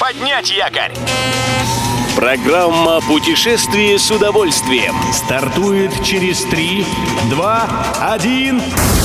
Поднять якорь! Программа «Путешествие с удовольствием» стартует через 3, 2, 1...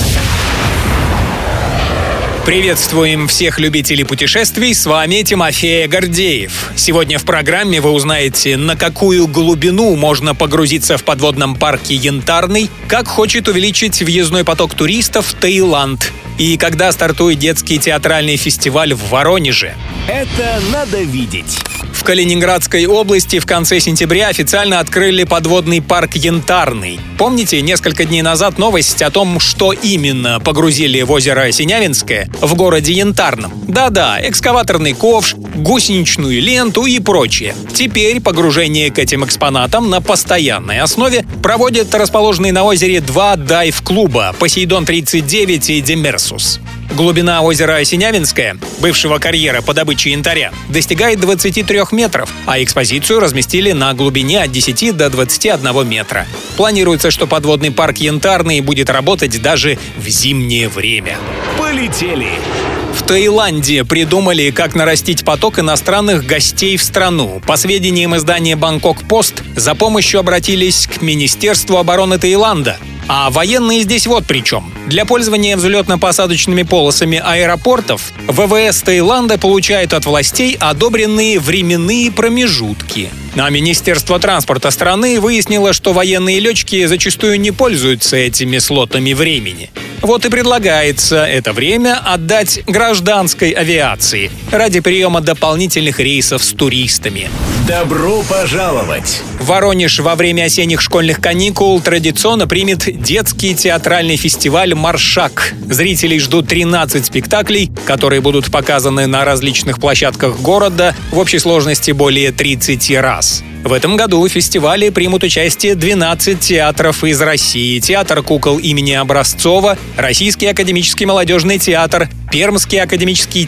Приветствуем всех любителей путешествий, с вами Тимофей Гордеев. Сегодня в программе вы узнаете, на какую глубину можно погрузиться в подводном парке Янтарный, как хочет увеличить въездной поток туристов Таиланд и когда стартует детский театральный фестиваль в Воронеже. Это надо видеть. В Калининградской области в конце сентября официально открыли подводный парк Янтарный. Помните, несколько дней назад новость о том, что именно погрузили в озеро Синявинское в городе Янтарном? Да-да, экскаваторный ковш, гусеничную ленту и прочее. Теперь погружение к этим экспонатам на постоянной основе проводят расположенные на озере два дайв-клуба «Посейдон-39» и «Демерсус». Глубина озера Синявинское, бывшего карьера по добыче янтаря, достигает 23 метров, а экспозицию разместили на глубине от 10 до 21 метра. Планируется, что подводный парк Янтарный будет работать даже в зимнее время. Полетели! В Таиланде придумали, как нарастить поток иностранных гостей в страну. По сведениям издания «Бангкок Пост», за помощью обратились к Министерству обороны Таиланда. А военные здесь вот при чем. Для пользования взлетно-посадочными полосами аэропортов ВВС Таиланда получает от властей одобренные временные промежутки. А Министерство транспорта страны выяснило, что военные летчики зачастую не пользуются этими слотами времени. Вот и предлагается это время отдать гражданской авиации ради приема дополнительных рейсов с туристами. Добро пожаловать! Воронеж во время осенних школьных каникул традиционно примет детский театральный фестиваль «Маршак». Зрителей ждут 13 спектаклей, которые будут показаны на различных площадках города в общей сложности более 30 раз. В этом году в фестивале примут участие 12 театров из России. Театр кукол имени Образцова, Российский академический молодежный театр, Пермский академический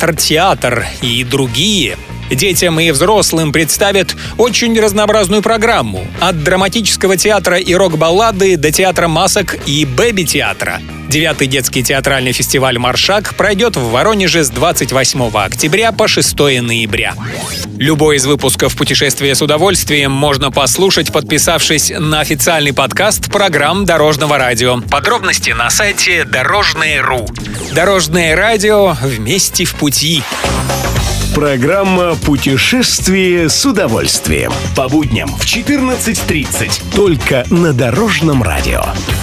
театр и другие. Детям и взрослым представят очень разнообразную программу. От драматического театра и рок-баллады до театра масок и бэби-театра. 9-й детский театральный фестиваль «Маршак» пройдет в Воронеже с 28 октября по 6 ноября. Любой из выпусков «Путешествия с удовольствием» можно послушать, подписавшись на официальный подкаст программ Дорожного радио. Подробности на сайте Дорожное.ру. Дорожное радио, вместе в пути. Программа «Путешествие с удовольствием». По будням в 14:30. Только на Дорожном радио.